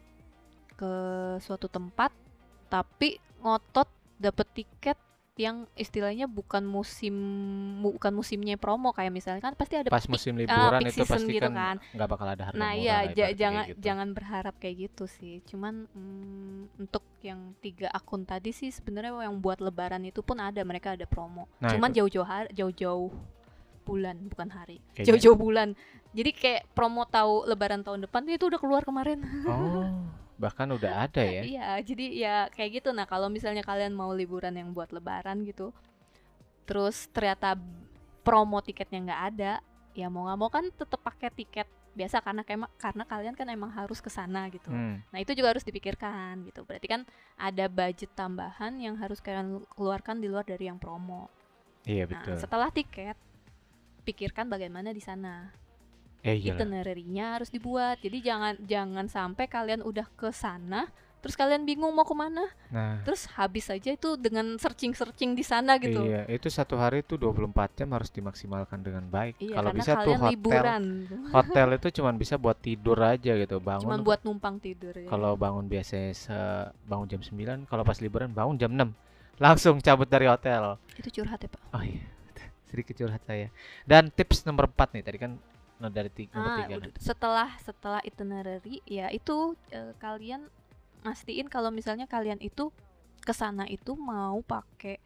ke suatu tempat tapi ngotot dapet tiket yang istilahnya bukan musim bukan musimnya promo, kayak misalnya kan pasti ada Pas peak- musim ah, liburan peak itu season pasti gitu kan nggak bakal ada harga Nah murah iya lah, ja- ibaratnya jangan kayak gitu. jangan berharap kayak gitu sih. Cuman mm, untuk yang tiga akun tadi sih sebenarnya yang buat lebaran itu pun ada, mereka ada promo. Nah, Cuman itu. jauh-jauh hari, jauh-jauh bulan bukan hari. Kayaknya- Jauh-jauh bulan. Jadi kayak promo tahu lebaran tahun depan itu udah keluar kemarin. Oh, bahkan udah ada ya. Iya, jadi ya kayak gitu. Nah, kalau misalnya kalian mau liburan yang buat lebaran gitu, terus ternyata promo tiketnya nggak ada, ya mau nggak mau kan tetap pakai tiket biasa karena kayak karena kalian kan emang harus ke sana gitu. Hmm. Nah, itu juga harus dipikirkan gitu. Berarti kan ada budget tambahan yang harus kalian keluarkan di luar dari yang promo. Iya Nah, betul. setelah tiket, pikirkan bagaimana di sana. Eh iyalah. Itinerary-nya harus dibuat. Jadi jangan jangan sampai kalian udah ke sana terus kalian bingung mau kemana, Nah, terus habis aja itu dengan searching-searching di sana gitu. iya, itu satu hari itu dua puluh empat jam harus dimaksimalkan dengan baik. Iya, Kalau karena bisa tuh kalian hotel, liburan, hotel itu cuman bisa buat tidur aja gitu, bangun. cuman buat numpang tidur ya. Kalau bangun biasanya se- bangun jam sembilan, kalau pas liburan bangun jam enam. Langsung cabut dari hotel. Itu curhat ya, Pak. Oh iya, sedikit curhat saya. Dan tips nomor empat nih, tadi kan no, dari tiga, nomor Ah, tiga. udah. setelah setelah itinerary ya itu eh, kalian mastiin kalau misalnya kalian itu kesana itu mau pakai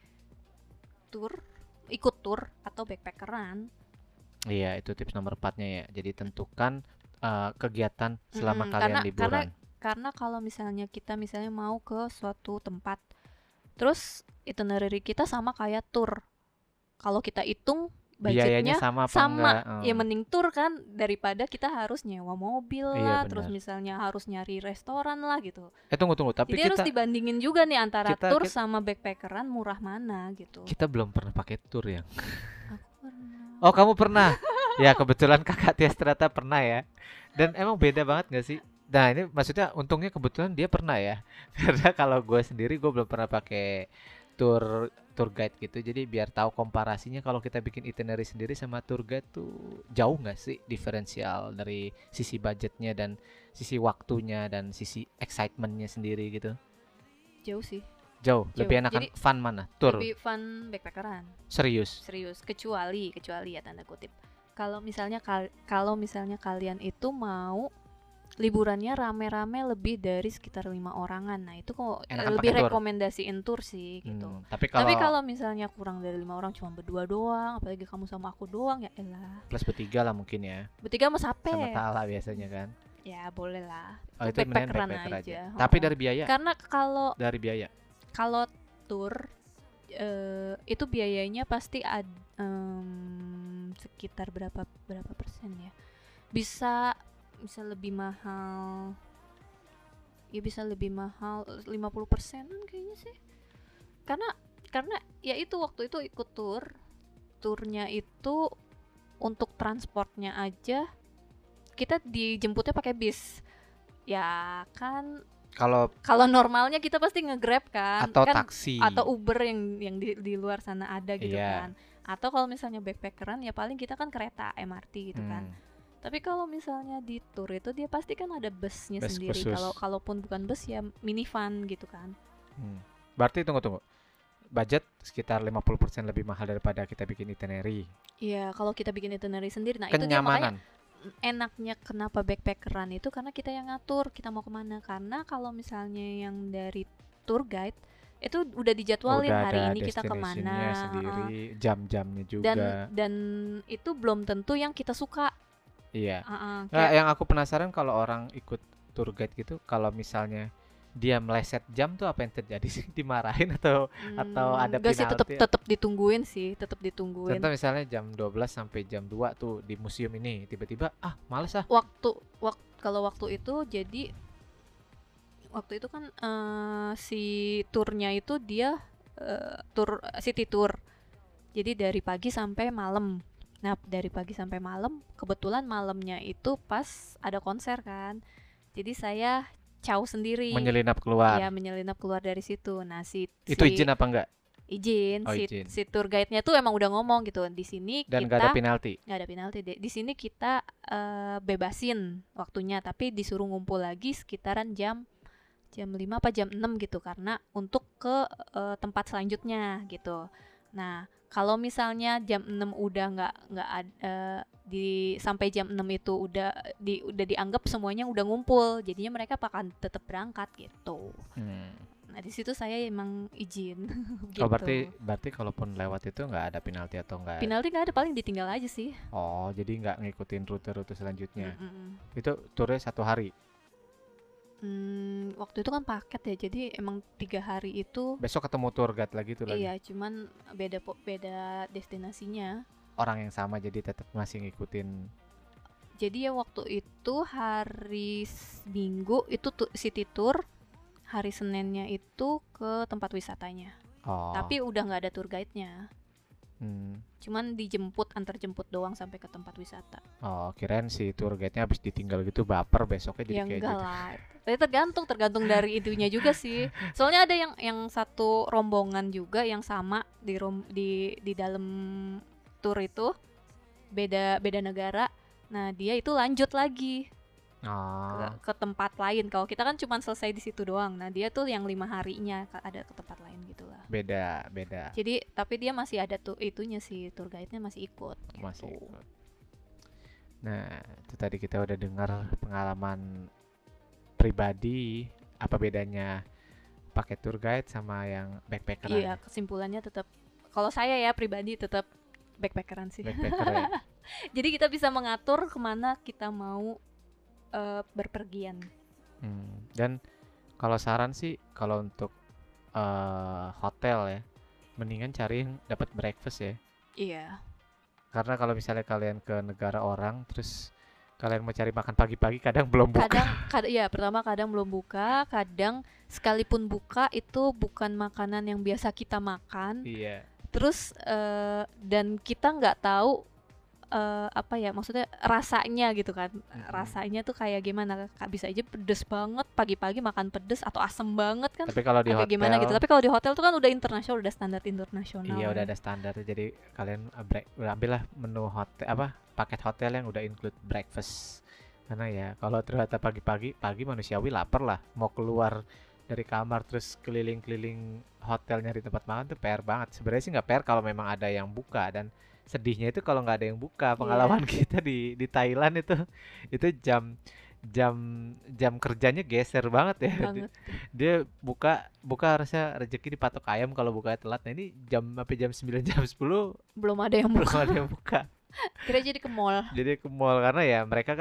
tour, ikut tour atau backpackeran. Iya, itu tips nomor empatnya ya. Jadi tentukan uh, kegiatan selama Mm-mm, kalian karena- liburan. Karena kalau misalnya kita misalnya mau ke suatu tempat, terus itinerary kita sama kayak tour. Kalau kita hitung Biayanya budgetnya sama apa sama, enggak? ya Hmm. mending tour kan daripada kita harus nyewa mobil Iya, lah, benar. terus misalnya harus nyari restoran lah gitu. Eh tunggu tunggu, tapi Jadi harus kita dibandingin juga nih antara kita- tour kita- sama backpackeran murah mana gitu. kita belum pernah pakai tour ya. Aku pernah. Oh, kamu pernah? Ya, kebetulan Kakak Tias ternyata pernah ya. Dan emang beda banget gak sih? Nah, ini maksudnya untungnya kebetulan dia pernah ya. Karena kalau gue sendiri gue belum pernah pakai tour tour guide gitu. Jadi biar tahu komparasinya kalau kita bikin itinerary sendiri sama tour guide tuh jauh nggak sih diferensial dari sisi budgetnya dan sisi waktunya dan sisi excitementnya sendiri gitu. Jauh sih. Jauh, Jauh. lebih enakan Jadi, fun mana? Tour, Lebih fun backpackeran. serius. Serius, kecuali kecuali ya tanda kutip. Kalau misalnya kal- kalau misalnya kalian itu mau liburannya rame-rame lebih dari sekitar lima orangan, nah itu kok eh, Enakan lebih pakai tour. rekomendasiin tour sih gitu. Hmm, tapi kalau Tapi kalau misalnya kurang dari lima orang, cuma berdua doang, apalagi kamu sama aku doang, ya elah. plus bertiga lah mungkin ya. Bertiga sama sape. Sama Tala biasanya kan. Ya boleh lah. Oh, Itu itu mendingan backpackeran backpacker aja. aja. Tapi Oh. dari biaya, Karena kalau dari biaya. kalau tour eh, itu biayanya pasti ad, em, sekitar berapa berapa persen ya? Bisa bisa lebih mahal. Ya bisa lebih mahal lima puluh persenan kayaknya sih. Karena karena ya itu waktu itu ikut tour. Turnya itu untuk transportnya aja kita dijemputnya pakai bis. Ya kan Kalau kalau normalnya kita pasti nge-Grab kan, atau kan taksi. atau Uber yang yang di, di luar sana ada gitu Iya. kan. Atau kalau misalnya backpackeran ya paling kita kan kereta M R T gitu kan. Hmm, Tapi kalau misalnya di tour itu dia pasti kan ada busnya bus sendiri. khusus. Kalau kalaupun bukan bus ya minivan gitu kan. Hmm. Berarti tunggu tunggu. Budget sekitar lima puluh persen lebih mahal daripada kita bikin itinerary. Iya, kalau kita bikin itinerary sendiri, nah itu dia makanya Kenyamanan. enaknya kenapa backpackeran itu karena kita yang ngatur kita mau kemana. Karena kalau misalnya yang dari tour guide itu udah dijadwalin Udah hari ada ini kita kemana, destination-nya sendiri, jam-jamnya juga. dan dan itu belum tentu yang kita suka. Iya. Uh-uh, Nah, kayak yang aku penasaran kalau orang ikut tour guide gitu, kalau misalnya dia meleset jam tuh apa yang terjadi sih? Dimarahin atau atau hmm, ada enggak sih, tetap penalti? tetap ditungguin sih, tetap ditungguin. Contoh misalnya jam dua belas sampai jam dua tuh di museum ini, tiba-tiba ah males ah. Waktu waktu kalau waktu itu jadi waktu itu kan eh, si turnya itu dia eh, tour city tour. Jadi dari pagi sampai malam. Nah, dari pagi sampai malam, kebetulan malamnya itu pas ada konser kan. Jadi saya caw sendiri. Menyelinap keluar. Ya, menyelinap keluar dari situ. Nah, si Itu si izin apa enggak? izin, Oh, si, izin. si tour guide-nya tuh emang udah ngomong gitu. Di sini Dan kita nggak ada penalti. nggak ada penalti deh. Di sini kita eh, bebasin waktunya, tapi disuruh ngumpul lagi sekitaran jam jam lima apa jam enam gitu karena untuk ke eh, tempat selanjutnya gitu. Nah, kalau misalnya jam enam udah nggak nggak ada di sampai jam enam itu udah di udah dianggap semuanya udah ngumpul, jadinya mereka akan tetap berangkat gitu. Hmm. Nah, di situ saya emang izin gitu. Oh, berarti berarti kalaupun lewat itu nggak ada penalti atau enggak? Penalti nggak ada, paling ditinggal aja sih. Oh, jadi nggak ngikutin rute-rute selanjutnya. Mm-mm. Itu turnya satu hari. Hmm, waktu itu kan paket ya, jadi emang tiga hari itu. Besok ketemu tour guide lagi tuh lagi. Iya, cuman beda po- beda destinasinya. Orang yang sama jadi tetap masih ngikutin. Jadi ya waktu itu hari s- Minggu itu tu- city tour, hari Seninnya itu ke tempat wisatanya. Oh. Tapi udah nggak ada tour guide-nya. Hmm. Cuman dijemput, antar jemput doang sampai ke tempat wisata. Oh, kirain si tour guide-nya habis ditinggal gitu baper besoknya jadi Ya kayak enggak gitu. lah. Tapi tergantung, tergantung dari itunya juga sih. Soalnya ada yang yang satu rombongan juga yang sama di rom, di di dalam tour itu beda beda negara. Nah, dia itu lanjut lagi ke, Oh, ke tempat lain. Kalau kita kan cuma selesai di situ doang. Nah, dia tuh yang lima harinya ka- ada ke tempat lain gitulah. beda, beda. Jadi, tapi dia masih ada tuh itunya sih, tour guide-nya masih ikut gitu. Masih ikut. Nah, itu tadi kita udah dengar pengalaman pribadi, apa bedanya pakai tour guide sama yang backpackeran. Iya, kesimpulannya tetap kalau saya ya pribadi tetap backpackeran sih. Backpacker ya. Jadi kita bisa mengatur kemana kita mau eh, berpergian. Hmm, Dan kalau saran sih kalau untuk eh, hotel ya, mendingan cari yang dapat breakfast ya. Iya. Karena kalau misalnya kalian ke negara orang terus kalian mau cari makan pagi-pagi kadang belum buka. Kadang, kad- ya pertama kadang belum buka, kadang sekalipun buka itu bukan makanan yang biasa kita makan. Iya. Terus eh, dan kita nggak tahu eh, apa ya maksudnya rasanya gitu kan. Mm-mm. Rasanya tuh kayak gimana? Ka- Bisa aja pedes banget pagi-pagi makan pedes atau asem banget kan. Tapi kalau di Agak hotel gimana gitu. Tapi kalau di hotel tuh kan udah internasional, udah standar internasional. iya udah ya. ada standar jadi kalian uh, break, udah ambillah menu hotel apa paket hotel yang udah include breakfast. Karena ya kalau ternyata pagi-pagi pagi manusiawi lapar lah, mau keluar dari kamar terus keliling-keliling hotel nyari tempat makan tuh P R banget. Sebenarnya sih nggak P R kalau memang ada yang buka, dan sedihnya itu kalau nggak ada yang buka. Pengalaman kita di di Thailand itu itu jam jam jam kerjanya geser banget ya. Di- Banget. Dia buka buka harusnya rezeki dipatok ayam kalau buka telat. Nah ini jam sampai jam sembilan jam sepuluh Belum ada yang belum buka. ada yang buka. Kira jadi ke mall. Jadi ke mall karena ya mereka kan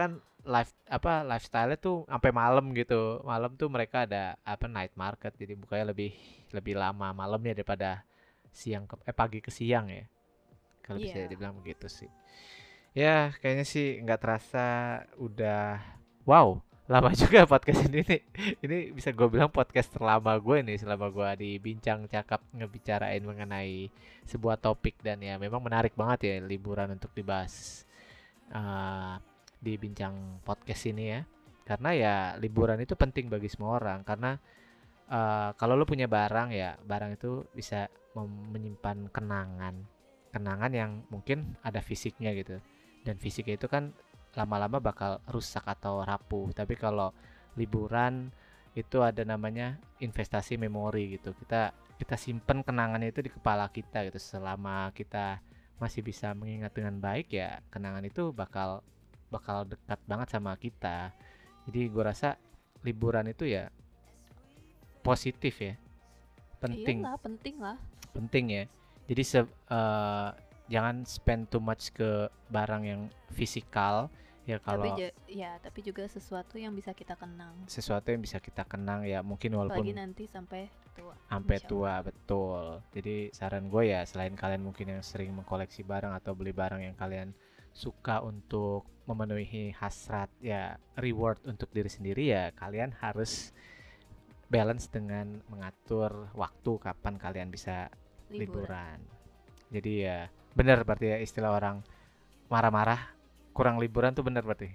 life apa lifestyle tuh sampai malam gitu. Malam tuh mereka ada apa night market, jadi bukanya lebih lebih lama malamnya daripada siang ke eh pagi ke siang ya. Kalau bisa Iya. dibilang begitu sih. Ya, kayaknya sih nggak terasa udah wow, lama juga podcast ini nih. Ini bisa gue bilang podcast terlama gue nih selama gue di Bincang Cakap ngebicarain mengenai sebuah topik, dan ya memang menarik banget ya liburan untuk dibahas uh, di Bincang Podcast ini ya. Karena ya liburan itu penting bagi semua orang, karena uh, kalau lu punya barang ya, barang itu bisa mem- menyimpan kenangan. Kenangan yang mungkin ada fisiknya gitu. Dan fisiknya itu kan lama-lama bakal rusak atau rapuh. Tapi kalau liburan itu ada namanya investasi memori gitu. Kita kita simpen kenangannya itu di kepala kita gitu. Selama kita masih bisa mengingat dengan baik ya, kenangan itu bakal bakal dekat banget sama kita. Jadi gue rasa liburan itu ya positif ya, penting. Iyalah, penting lah. Penting ya. Jadi se uh, jangan spend too much ke barang yang fisikal ya. Tapi Kalau ju- ya, tapi juga sesuatu yang bisa kita kenang. sesuatu yang bisa kita kenang ya, mungkin Apalagi walaupun nanti sampai tua. sampai Insya tua, betul. Jadi saran gue ya, selain kalian mungkin yang sering mengkoleksi barang atau beli barang yang kalian suka untuk memenuhi hasrat ya, reward untuk diri sendiri ya, kalian harus balance dengan mengatur waktu kapan kalian bisa liburan. liburan. Jadi ya benar berarti ya istilah orang marah-marah kurang liburan tuh benar berarti.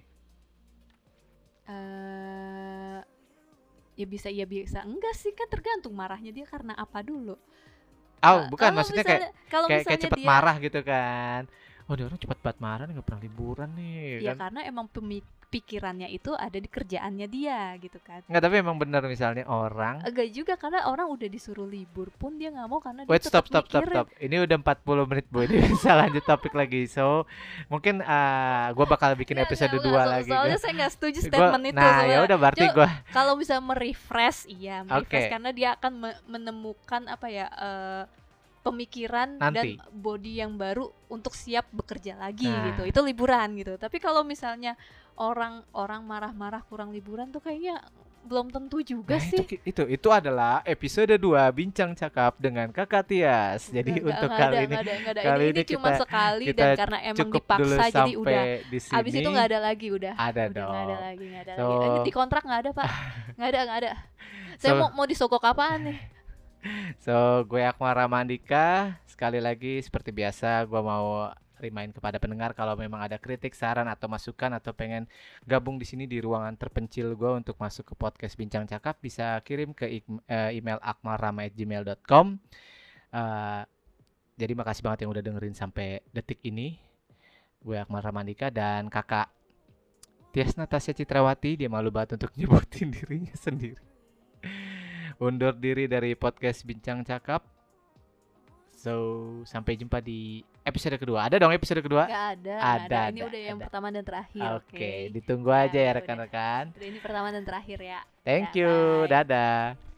Eh, ya bisa iya bisa enggak sih, kan tergantung marahnya dia karena apa dulu. Oh, Ka- bukan kalau maksudnya kayak misalnya kalau kayak kayak misalnya cepet dia marah gitu kan. Oh, dia orang cepet banget marah nih, nggak pernah liburan nih ya kan. karena emang pemi- pikirannya itu ada di kerjaannya dia gitu kan. Nggak, tapi emang benar misalnya orang. Enggak juga, karena orang udah disuruh libur pun dia nggak mau karena dia Wait, stop tetap stop stop mikirin. stop. Ini udah empat puluh menit Bu. Ini bisa lanjut topik lagi. So, mungkin uh, gue bakal bikin Nggak, episode nggak, dua nggak. So- lagi. soalnya Gua- saya nggak setuju gua- statement itu Nah, ya sebenarnya. udah berarti Jo- gue Kalau bisa merefresh, iya merefresh, Oke. karena dia akan me- menemukan apa ya, eh, pemikiran Nanti. dan body yang baru untuk siap bekerja lagi Nah. gitu. Itu liburan gitu. Tapi kalau misalnya orang-orang marah-marah kurang liburan tuh kayaknya belum tentu juga Nah, sih. itu, itu itu adalah episode dua Bincang Cakap dengan Kakak Tias. Jadi Nggak- untuk nggak kali ada, ini nggak ada, nggak ada. kali ini, ini ini cuma kita- sekali kita dan karena emang cukup dulu dipaksa jadi sampai udah. di sini. Abis itu nggak ada lagi udah. Ada udah nggak ada dong. lagi, nggak ada So- lagi. Ini di kontrak nggak ada pak, nggak ada, nggak ada. Saya So- mau mau disogok apaan nih? So, gue Akmal Ramandika. Sekali lagi seperti biasa gue mau remind kepada pendengar kalau memang ada kritik, saran atau masukan atau pengen gabung di sini di ruangan terpencil gue untuk masuk ke podcast Bincang Cakap, bisa kirim ke ik- eh, email akmalrama at gmail dot com. Eh, jadi makasih banget yang udah dengerin sampai detik ini. Gue Akmal Ramandika dan kakak Tias Natasha Citrawati, dia malu banget untuk nyebutin dirinya sendiri. Undur diri dari podcast Bincang Cakap. So, sampai jumpa di episode kedua. Ada dong episode kedua? Nggak ada, Ada, nggak ada. Ini ada, udah yang ada. pertama dan terakhir. Oke, Oke. ditunggu Ya, aja ya udah, rekan-rekan. Udah, ini pertama dan terakhir ya. Thank Ya, you. bye. Dadah.